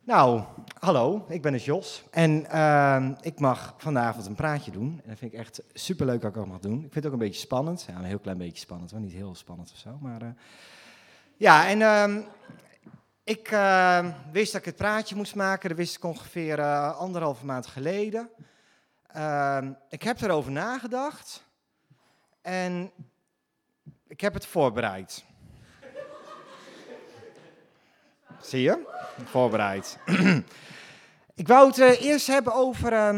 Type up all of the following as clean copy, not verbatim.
Nou, hallo, ik ben dus Jos en ik mag vanavond een praatje doen. En dat vind ik echt superleuk dat ik dat mag doen. Ik vind het ook een beetje spannend. Ja, een heel klein beetje spannend, hoor. Niet heel spannend of zo. Maar ja, en ik wist dat ik het praatje moest maken. Dat wist ik ongeveer 1,5 maand geleden. Ik heb erover nagedacht en ik heb het voorbereid. Zie je? Voorbereid. Ik wou het eerst hebben over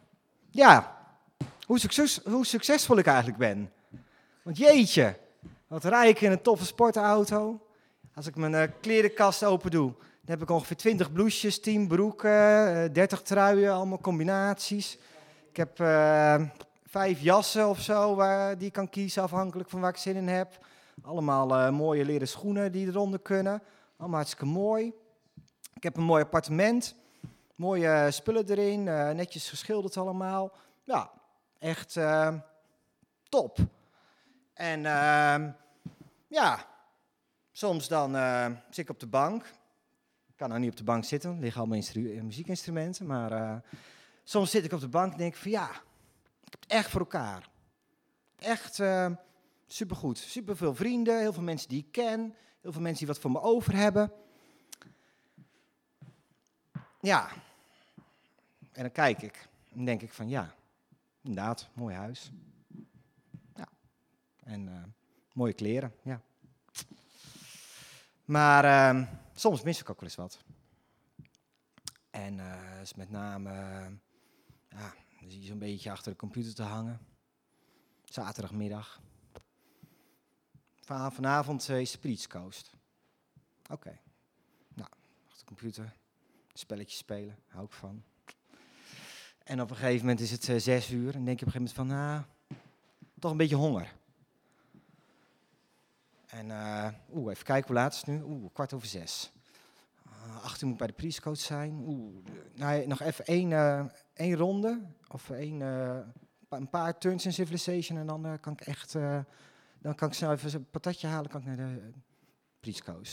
hoe succesvol ik eigenlijk ben. Want jeetje, wat rijd ik in een toffe sportauto. Als ik mijn klerenkast open doe, dan heb ik ongeveer 20 blouses, 10 broeken, 30 truien, allemaal combinaties. Ik heb 5 jassen of zo die ik kan kiezen afhankelijk van waar ik zin in heb. Allemaal mooie leren schoenen die eronder kunnen. Allemaal hartstikke mooi. Ik heb een mooi appartement. Mooie spullen erin. Netjes geschilderd allemaal. Ja, echt top. En ja, soms dan zit ik op de bank. Ik kan nou niet op de bank zitten. Er liggen allemaal muziekinstrumenten. Maar soms zit ik op de bank en denk ik van ja, ik heb het echt voor elkaar. Echt supergoed. Superveel vrienden. Heel veel mensen die ik ken. Heel veel mensen die wat voor me over hebben. Ja. En dan kijk ik. En denk ik van ja, inderdaad, mooi huis. Ja. En mooie kleren, ja. Maar soms mis ik ook wel eens wat. En is met name, dan zie je zo'n beetje achter de computer te hangen. Zaterdagmiddag. Vanavond is de Peach Coast. Oké. Nou, achter de computer. Spelletjes spelen, hou ik van. En op een gegeven moment is het 6 uur. En denk je op een gegeven moment van, toch een beetje honger. En even kijken, hoe laat is het nu? 6:15. 8 uur moet bij de Priestcoach zijn. Nog even één ronde. Of een paar turns in Civilization. En dan kan ik echt... dan kan ik snel even een patatje halen. Kan ik naar de Priestcoach.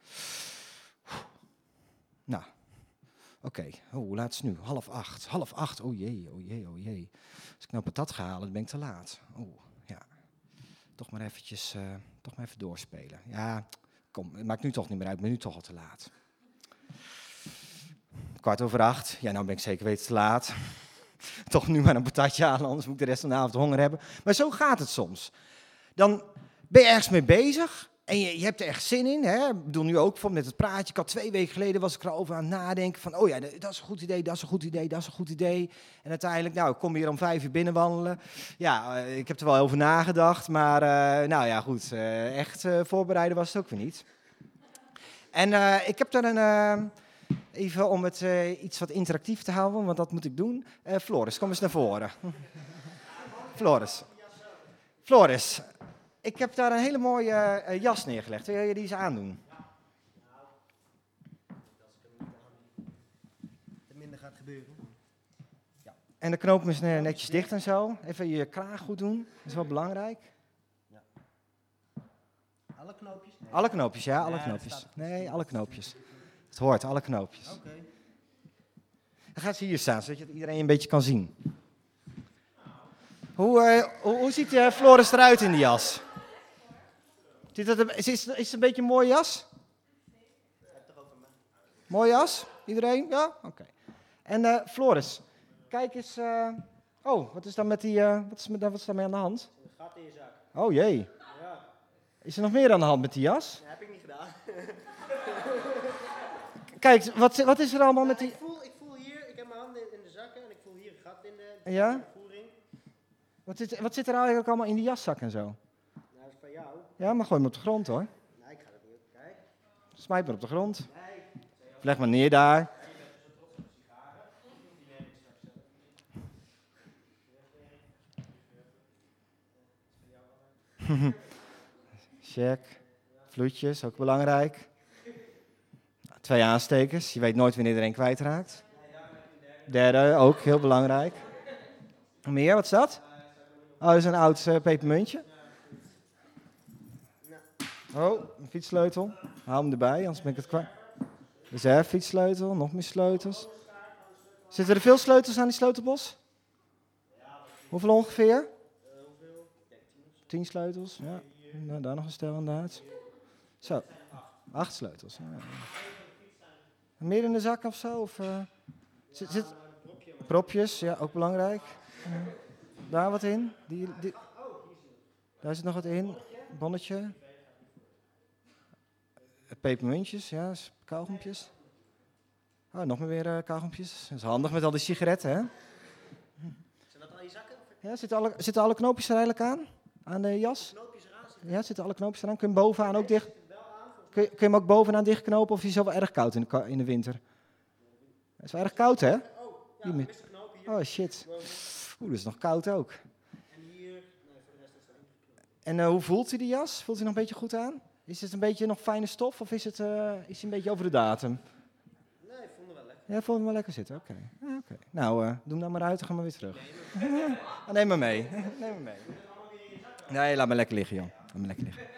Nou... Oké, hoe laat is het nu? 7:30. 7:30, oh jee. Als ik nou patat ga halen, dan ben ik te laat. Ja. Toch maar even doorspelen. Ja, kom, het maakt nu toch niet meer uit, ik ben nu toch al te laat. 7:15, ja, nou ben ik zeker weten te laat. Toch nu maar een patatje halen, anders moet ik de rest van de avond honger hebben. Maar zo gaat het soms. Dan ben je ergens mee bezig... En je hebt er echt zin in, hè? Ik bedoel nu ook met het praatje. Ik had 2 weken geleden was ik erover aan het nadenken van... dat is een goed idee, dat is een goed idee, dat is een goed idee. En uiteindelijk, ik kom hier om 5 uur binnenwandelen. Ja, ik heb er wel over nagedacht, maar goed. Echt voorbereiden was het ook weer niet. En ik heb dan even om het iets wat interactief te houden, want dat moet ik doen. Floris, kom eens naar voren. Floris. Ik heb daar een hele mooie jas neergelegd. Wil je die eens aandoen? Er minder gaat gebeuren. Ja. En de knoop is netjes dicht en zo. Even je kraag goed doen. Dat is wel belangrijk. Ja. Alle knoopjes? Nee. Alle knoopjes, ja. Alle knoopjes. Nee, alle knoopjes. Het hoort, alle knoopjes. Oké. Dan gaat ze hier staan, zodat je iedereen een beetje kan zien. Hoe ziet Floris eruit in die jas? Is het een beetje een mooie jas? Mooie jas? Iedereen? Ja? Oké. En Floris, kijk eens... wat is dan met die... wat is daarmee aan de hand? Een gat in je zak. Oh jee. Ja. Is er nog meer aan de hand met die jas? Dat heb ik niet gedaan. Kijk, wat is er allemaal met die... Ik voel hier, ik heb mijn handen in de zakken en ik voel hier een gat in de Ja? voering. Wat zit er eigenlijk allemaal in die jaszak en zo? Nou, dat is van jou. Ja, maar gooi hem op de grond hoor. Nee, ik ga dat niet op. Kijk. Smijt maar op de grond. Nee. Leg maar neer daar. Check. Vloedjes, ook belangrijk. 2 aanstekers. Je weet nooit wanneer er een kwijtraakt. Derde, ook heel belangrijk. Meer, wat is dat? Oh, dat is een oud pepermuntje. Oh, een fietssleutel. Haal hem erbij, anders ben ik het kwijt. Reservefietssleutel, nog meer sleutels. Zitten er veel sleutels aan die sleutelbos? Hoeveel ongeveer? 10 sleutels, ja. Nou, daar nog een stel inderdaad. Zo, 8 sleutels. Ja. Meer in de zak of zo? Of, propjes, ja, ook belangrijk. Daar wat in? Daar zit nog wat in. Bonnetje. Pepermuntjes, ja, kauwgompjes. Oh, nog meer kauwgompjes. Dat is handig met al die sigaretten, hè? Zijn dat al je zakken? Ja, zitten alle knoopjes er eigenlijk aan? Aan de jas? Ja, zitten alle knoopjes eraan? Kun je hem bovenaan ook dicht... Kun je hem ook bovenaan dichtknopen of is het wel erg koud in de winter? Het is wel erg koud, hè? Oh, shit. Oeh, dat is nog koud ook. En hier, nee, voor de rest is het En hoe voelt hij die jas? Voelt hij nog een beetje goed aan? Is het een beetje nog fijne stof of is hij een beetje over de datum? Nee, ik vond hem wel lekker. Ja, ik vond hem wel lekker zitten, oké. Nou, doe hem dan maar uit en ga maar weer terug. Neem maar mee. Neem maar mee. Nee, laat me lekker liggen, joh. Laat me lekker liggen.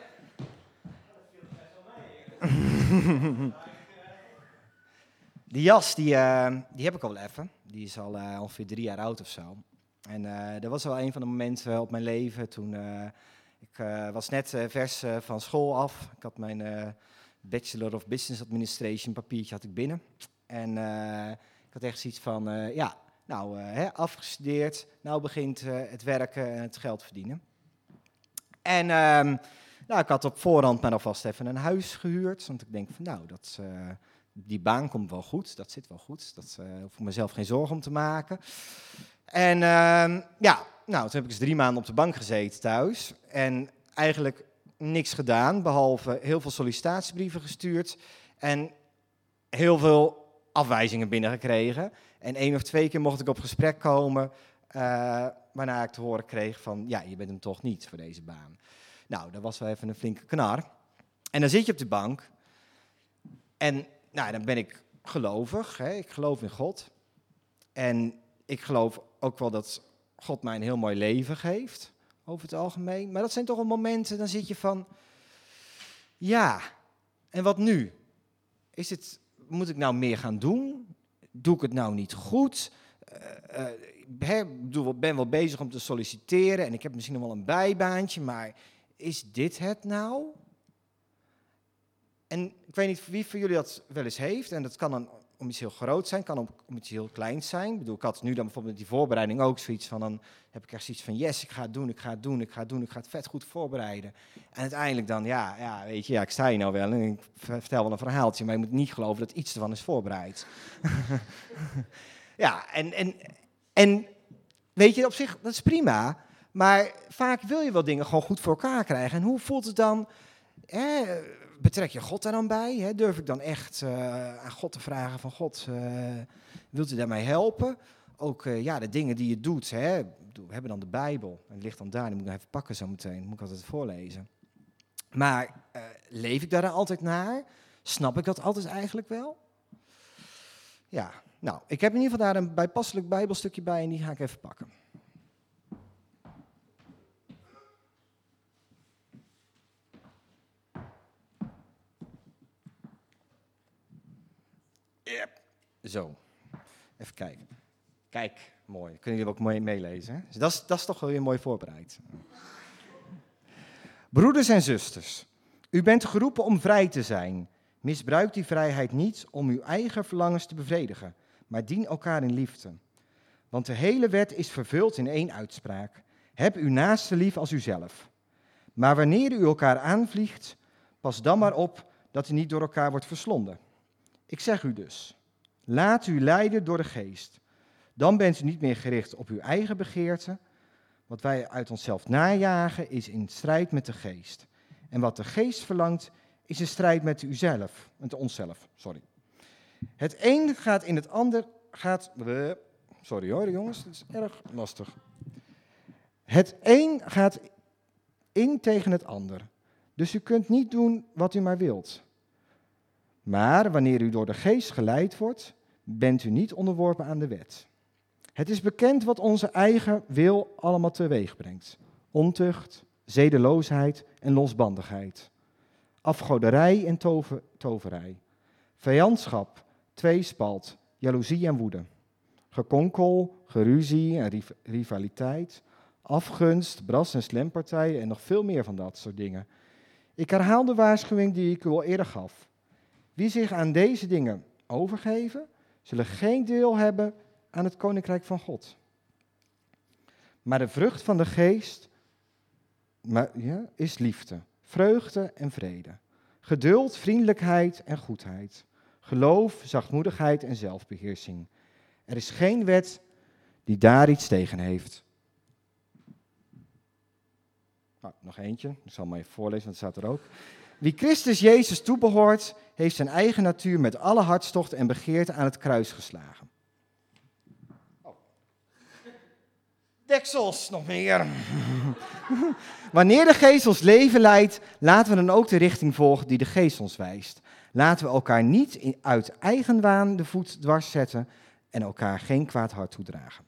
Die jas, die heb ik al wel even. Die is al ongeveer 3 jaar oud of zo. En dat was wel een van de momenten op mijn leven toen... Ik was net vers van school af. Ik had mijn Bachelor of Business Administration papiertje had ik binnen. En ik had echt zoiets van, afgestudeerd. Nou begint het werken en het geld verdienen. En ik had op voorhand maar alvast even een huis gehuurd. Want ik denk van, die baan komt wel goed. Dat zit wel goed. Dat hoef ik mezelf geen zorgen om te maken. En toen heb ik dus 3 maanden op de bank gezeten thuis. En eigenlijk niks gedaan, behalve heel veel sollicitatiebrieven gestuurd. En heel veel afwijzingen binnengekregen. En 1 of 2 keer mocht ik op gesprek komen, waarna ik te horen kreeg van, ja, je bent hem toch niet voor deze baan. Nou, dat was wel even een flinke knar. En dan zit je op de bank. En dan ben ik gelovig, hè? Ik geloof in God. En ik geloof ook wel dat God mij een heel mooi leven geeft, over het algemeen. Maar dat zijn toch wel momenten, dan zit je van, ja, en wat nu? Moet ik nou meer gaan doen? Doe ik het nou niet goed? Ik ben wel bezig om te solliciteren en ik heb misschien nog wel een bijbaantje, maar is dit het nou? En ik weet niet wie van jullie dat wel eens heeft, en dat kan dan om iets heel groot zijn, kan om iets heel kleins zijn. Ik bedoel, ik had nu dan bijvoorbeeld met die voorbereiding ook zoiets van, dan heb ik echt zoiets van, yes, ik ga het doen, ik ga het vet goed voorbereiden. En uiteindelijk dan, weet je, ik sta hier nou wel en ik vertel wel een verhaaltje, maar je moet niet geloven dat iets ervan is voorbereid. En weet je, op zich, dat is prima, maar vaak wil je wel dingen gewoon goed voor elkaar krijgen. En hoe voelt het dan? Betrek je God daar dan bij? Hè? Durf ik dan echt aan God te vragen van God, wilt u daarmee helpen? Ook de dingen die je doet, hè? We hebben dan de Bijbel, en het ligt dan daar, die moet ik nog even pakken zo meteen, moet ik altijd voorlezen. Maar leef ik daar dan altijd naar? Snap ik dat altijd eigenlijk wel? Ja, nou, ik heb in ieder geval daar een bijpasselijk Bijbelstukje bij en die ga ik even pakken. Yep. Zo, even kijken. Kijk, mooi. Kunnen jullie ook mooi meelezen? Hè? Dus dat is toch wel weer mooi voorbereid. Broeders en zusters, u bent geroepen om vrij te zijn. Misbruik die vrijheid niet om uw eigen verlangens te bevredigen, maar dien elkaar in liefde. Want de hele wet is vervuld in 1 uitspraak. Heb uw naaste lief als uzelf. Maar wanneer u elkaar aanvliegt, pas dan maar op dat u niet door elkaar wordt verslonden. Ik zeg u dus, laat u leiden door de geest. Dan bent u niet meer gericht op uw eigen begeerte. Wat wij uit onszelf najagen is in strijd met de geest. En wat de geest verlangt is in strijd met onszelf. Het een gaat in het ander, sorry hoor jongens, dat is erg lastig. Het een gaat in tegen het ander. Dus u kunt niet doen wat u maar wilt. Maar wanneer u door de geest geleid wordt, bent u niet onderworpen aan de wet. Het is bekend wat onze eigen wil allemaal teweeg brengt. Ontucht, zedeloosheid en losbandigheid. Afgoderij en toverij. Vijandschap, tweespalt, jaloezie en woede. Gekonkel, geruzie en rivaliteit. Afgunst, bras- en slempartijen en nog veel meer van dat soort dingen. Ik herhaal de waarschuwing die ik u al eerder gaf. Wie zich aan deze dingen overgeven, zullen geen deel hebben aan het koninkrijk van God. Maar de vrucht van de geest is liefde, vreugde en vrede. Geduld, vriendelijkheid en goedheid. Geloof, zachtmoedigheid en zelfbeheersing. Er is geen wet die daar iets tegen heeft. Nou, nog eentje, ik zal maar even voorlezen, want het staat er ook. Wie Christus Jezus toebehoort, heeft zijn eigen natuur met alle hartstocht en begeerte aan het kruis geslagen. Oh. Deksels, nog meer. Wanneer de geest ons leven leidt, laten we dan ook de richting volgen die de geest ons wijst. Laten we elkaar niet uit eigenwaan de voet dwars zetten en elkaar geen kwaad hart toedragen.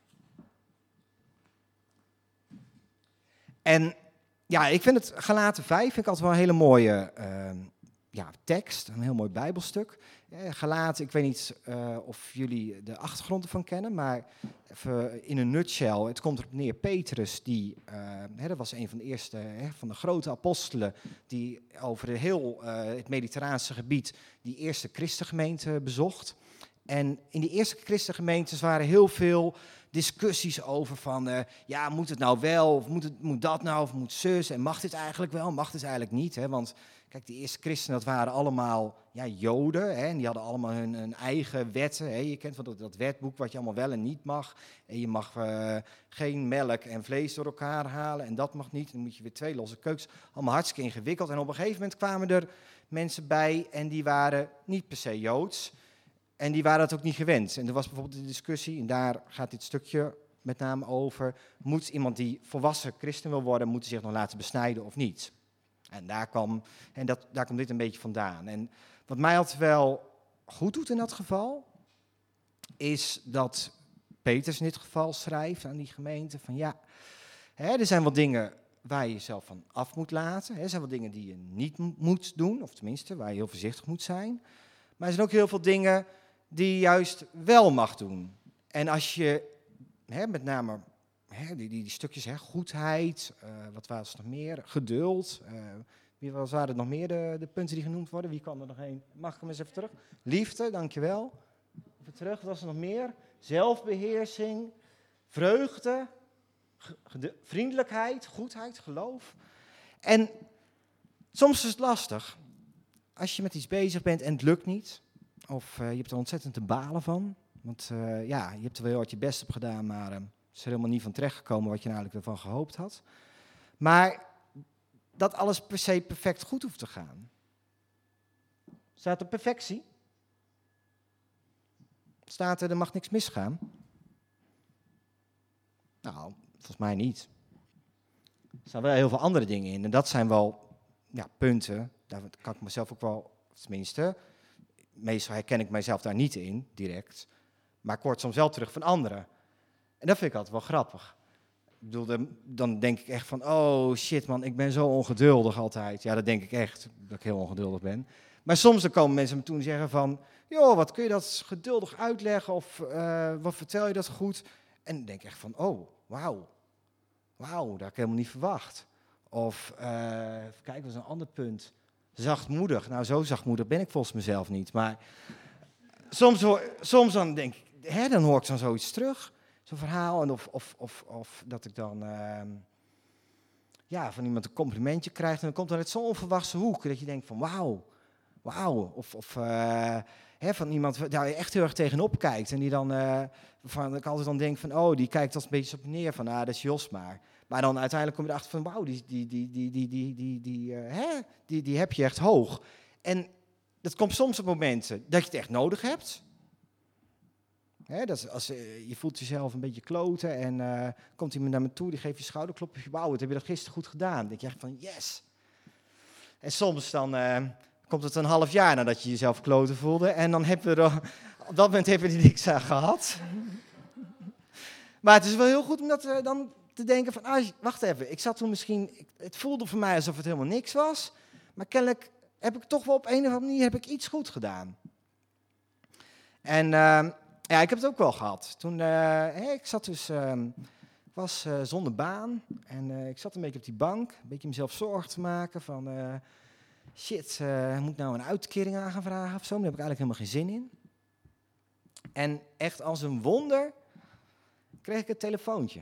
En ja, ik vind het Galaten 5 vind ik altijd wel een hele mooie tekst, een heel mooi bijbelstuk. Galaten, ik weet niet of jullie de achtergrond ervan kennen, maar even in een nutshell, het komt erop neer, Petrus, dat was een van de eerste, van de grote apostelen, die over heel het Mediterraanse gebied die eerste christengemeente bezocht. En in die eerste christengemeentes waren heel veel discussies over van, moet het nou wel, of moet dat nou, of moet zus, en mag dit eigenlijk wel, mag dit eigenlijk niet, hè? Want kijk, die eerste christenen, dat waren allemaal Joden, hè? En die hadden allemaal hun eigen wetten, hè? Je kent wel dat wetboek wat je allemaal wel en niet mag, en je mag geen melk en vlees door elkaar halen, en dat mag niet, dan moet je weer 2 losse keukens, allemaal hartstikke ingewikkeld, en op een gegeven moment kwamen er mensen bij, en die waren niet per se Joods, en die waren dat ook niet gewend. En er was bijvoorbeeld een discussie, en daar gaat dit stukje met name over, moet iemand die volwassen christen wil worden, moet hij zich nog laten besnijden of niet? En daar komt dit een beetje vandaan. En wat mij altijd wel goed doet in dat geval, is dat Petrus in dit geval schrijft aan die gemeente van er zijn wel dingen waar je jezelf van af moet laten. Er zijn wel dingen die je niet moet doen, of tenminste waar je heel voorzichtig moet zijn. Maar er zijn ook heel veel dingen die je juist wel mag doen. En als je, met name die stukjes, goedheid, wat was er nog meer? Geduld. Wat waren er nog meer de punten die genoemd worden? Wie kwam er nog heen? Mag ik hem eens even terug? Liefde, dankjewel. Even terug, wat was er nog meer? Zelfbeheersing, vreugde, vriendelijkheid, goedheid, geloof. En soms is het lastig. Als je met iets bezig bent en het lukt niet, of je hebt er ontzettend te balen van, want je hebt er wel heel hard je best op gedaan, maar het is er helemaal niet van terechtgekomen wat je eigenlijk ervan gehoopt had. Maar dat alles per se perfect goed hoeft te gaan. Staat er perfectie? Staat er mag niks misgaan? Nou, volgens mij niet. Er staan wel heel veel andere dingen in en dat zijn wel punten, daar kan ik mezelf ook wel, tenminste, meestal herken ik mijzelf daar niet in, direct, maar ik hoor het soms wel terug van anderen. En dat vind ik altijd wel grappig. Ik bedoel, dan denk ik echt van, oh shit man, ik ben zo ongeduldig altijd. Ja, dat denk ik echt, dat ik heel ongeduldig ben. Maar soms dan komen mensen me toe en zeggen van, joh, wat kun je dat geduldig uitleggen of wat vertel je dat goed? En dan denk ik echt van, oh, wauw, dat had ik helemaal niet verwacht. Of, even kijken, dat is een ander punt. Zachtmoedig. Nou, zo zachtmoedig ben ik volgens mezelf niet. Maar soms dan denk ik, dan hoor ik dan zoiets terug. Zo'n verhaal. En of dat ik dan van iemand een complimentje krijg. En dan komt dan uit zo'n onverwachte hoek. Dat je denkt van wauw. Of van iemand daar je echt heel erg tegenop kijkt. En die dan, waarvan ik altijd dan denk van, oh, die kijkt als een beetje op neer van, dat is Jos maar. Maar dan uiteindelijk kom je erachter van, wauw, die heb je echt hoog. En dat komt soms op momenten dat je het echt nodig hebt. Dat is als je voelt jezelf een beetje kloten en komt iemand naar me toe, die geeft je schouderklopje. Wauw, wat heb je dat gisteren goed gedaan? Dan denk je echt van, yes. En soms dan komt het een half jaar nadat je jezelf kloten voelde en dan hebben we op dat moment hebben we er niks aan gehad. Maar het is wel heel goed om dat dan te denken van, wacht even, ik zat toen misschien, het voelde voor mij alsof het helemaal niks was, maar kennelijk heb ik toch wel op een of andere manier iets goed gedaan. En ja, ik heb het ook wel gehad. Toen, ik zat dus, was zonder baan en ik zat een beetje op die bank, een beetje mezelf zorgen te maken van, shit, moet nou een uitkering aan gaan vragen of zo? Daar heb ik eigenlijk helemaal geen zin in. En echt als een wonder kreeg ik een telefoontje.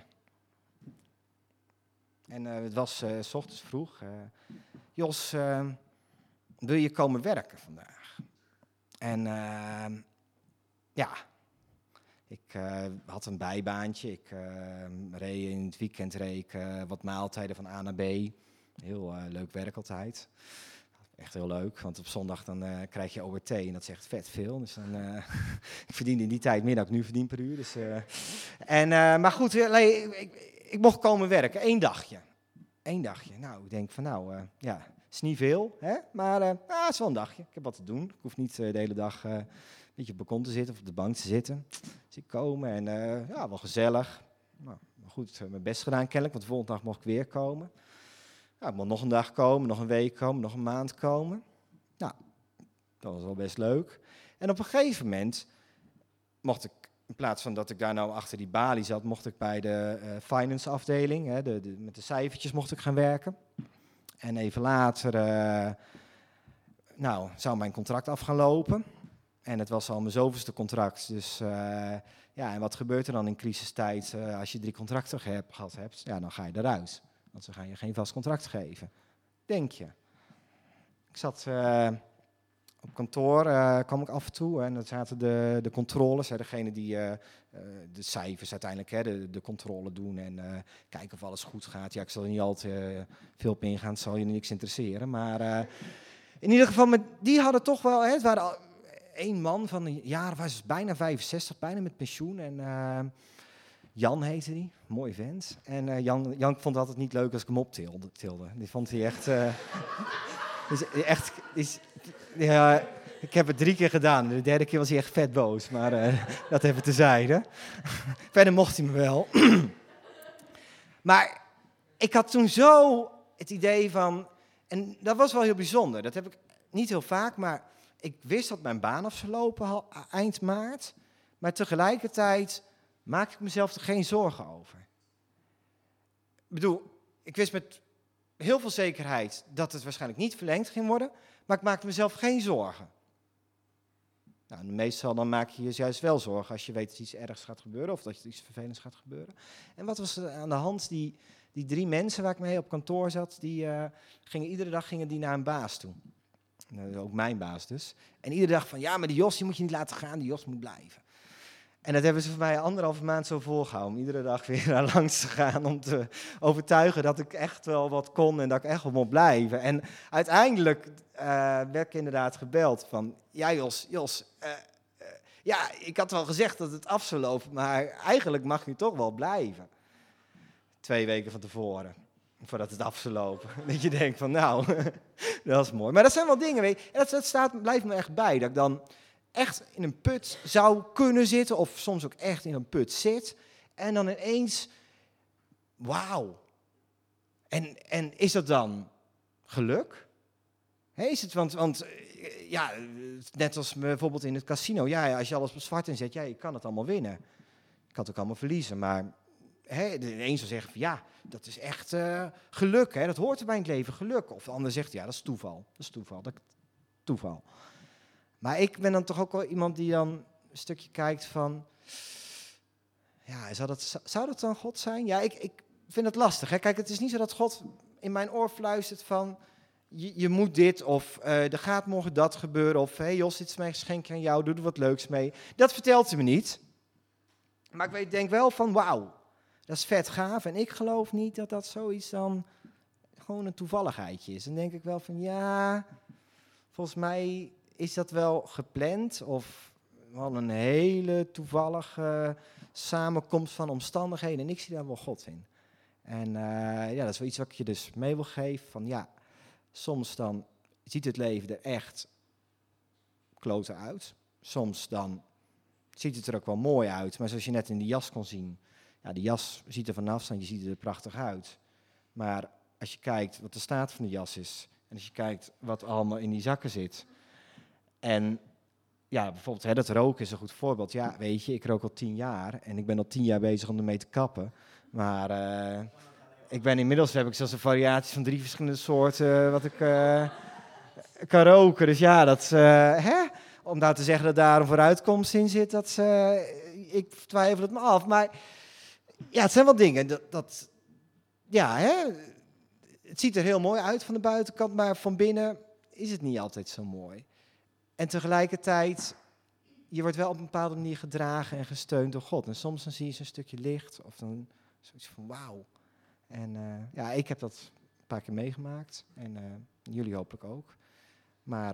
En het was 's ochtends vroeg. Jos, wil je komen werken vandaag? En ja, ik had een bijbaantje. Ik reed in het weekend wat maaltijden van A naar B. Heel leuk werk altijd. Echt heel leuk, want op zondag dan krijg je ORT en dat is echt vet veel. Dus dan, ik verdiende in die tijd meer dan ik nu verdien per uur. Dus, maar goed, ik mocht komen werken, 1 dagje. 1 dagje. Nou, ik denk van ja, het is niet veel, hè? Maar het is wel een dagje. Ik heb wat te doen. Ik hoef niet de hele dag een beetje op het balkon te zitten of op de bank te zitten. Dus ik komen en ja, wel gezellig. Nou, goed, mijn best gedaan kennelijk, want de volgende dag mocht ik weer komen. Nou, ik mocht nog een dag komen, nog een week komen, nog een maand komen. Nou, dat was wel best leuk. En op een gegeven moment mocht ik, in plaats van dat ik daar nou achter die balie zat, mocht ik bij de finance afdeling, hè, met de cijfertjes mocht ik gaan werken. En even later zou mijn contract af gaan lopen. En het was al mijn zoveelste contract. Dus ja, en wat gebeurt er dan in crisistijd als je 3 contracten gehad hebt? Ja, dan ga je eruit. Want ze gaan je geen vast contract geven. Denk je. Ik zat op kantoor, kwam ik af en toe. En dan zaten de controles, degene die de cijfers uiteindelijk, de controle doen. En kijken of alles goed gaat. Ja, ik zal er niet al te veel op ingaan, het zal je niks interesseren. Maar in ieder geval, die hadden toch wel, het waren 1 man van een jaar, was bijna 65, bijna met pensioen. En Jan heette hij, mooi vent. En Jan vond het altijd niet leuk als ik hem optilde. Die vond hij echt... ja, ik heb het 3 keer gedaan. De 3e keer was hij echt vet boos. Maar dat even tezijde. Verder mocht hij me wel. Maar ik had toen zo het idee van... En dat was wel heel bijzonder. Dat heb ik niet heel vaak, maar ik wist dat mijn baan af zou lopen eind maart. Maar tegelijkertijd maakte ik mezelf er geen zorgen over. Ik bedoel, ik wist met heel veel zekerheid dat het waarschijnlijk niet verlengd ging worden, maar ik maakte mezelf geen zorgen. Nou, meestal dan maak je je juist wel zorgen als je weet dat iets ergs gaat gebeuren of dat iets vervelends gaat gebeuren. En wat was er aan de hand? Die 3 mensen waar ik mee op kantoor zat, iedere dag gingen die naar een baas toe. Ook mijn baas dus. En iedere dag van, ja, maar die Jos die moet je niet laten gaan, die Jos moet blijven. En dat hebben ze voor mij 1,5 maand zo volgehouden. Om iedere dag weer daar langs te gaan om te overtuigen dat ik echt wel wat kon en dat ik echt wel mocht blijven. En uiteindelijk werd ik inderdaad gebeld van, ja Jos, ja, ik had wel gezegd dat het af zou lopen, maar eigenlijk mag je toch wel blijven. 2 weken van tevoren, voordat het af zou lopen. Dat je denkt van, nou, dat is mooi. Maar dat zijn wel dingen, weet je, en dat blijft me echt bij, dat ik dan echt in een put zou kunnen zitten, of soms ook echt in een put zit, en dan ineens, wauw. En is dat dan geluk? Is het, want ja, net als bijvoorbeeld in het casino, ja, als je alles op zwart inzet, ja, je kan het allemaal winnen. Ik kan het ook allemaal verliezen, maar de een zou zeggen van, ja, dat is echt geluk, dat hoort erbij in het leven, geluk. Of de ander zegt, ja, dat is toeval, toeval. Maar ik ben dan toch ook wel iemand die dan een stukje kijkt van, ja, zou dat dan God zijn? Ja, ik vind het lastig. Hè? Kijk, het is niet zo dat God in mijn oor fluistert van, je moet dit, of er gaat morgen dat gebeuren, of hey Jos, dit is mijn geschenk aan jou, doe er wat leuks mee. Dat vertelt hij me niet. Maar ik denk wel van, wauw, dat is vet gaaf. En ik geloof niet dat dat zoiets dan gewoon een toevalligheidje is. Dan denk ik wel van, ja, volgens mij is dat wel gepland of wel een hele toevallige samenkomst van omstandigheden. En ik zie daar wel God in. En ja, dat is wel iets wat ik je dus mee wil geven. Van ja, soms dan ziet het leven er echt kloten uit. Soms dan ziet het er ook wel mooi uit. Maar zoals je net in die jas kon zien. Ja, die jas ziet er van afstand, je ziet er prachtig uit. Maar als je kijkt wat de staat van de jas is. En als je kijkt wat allemaal in die zakken zit. En ja, bijvoorbeeld dat roken is een goed voorbeeld. Ja, weet je, ik rook al 10 jaar en ik ben al 10 jaar bezig om ermee te kappen. Maar ik ben inmiddels, heb ik zelfs een variatie van 3 verschillende soorten wat ik kan roken. Dus ja, dat, om nou te zeggen dat daar een vooruitkomst in zit, ik twijfel het me af. Maar ja, het zijn wel dingen, het ziet er heel mooi uit van de buitenkant, maar van binnen is het niet altijd zo mooi. En tegelijkertijd, je wordt wel op een bepaalde manier gedragen en gesteund door God. En soms dan zie je zo'n stukje licht of dan zoiets van wauw. En ik heb dat een paar keer meegemaakt en jullie hopelijk ook. Maar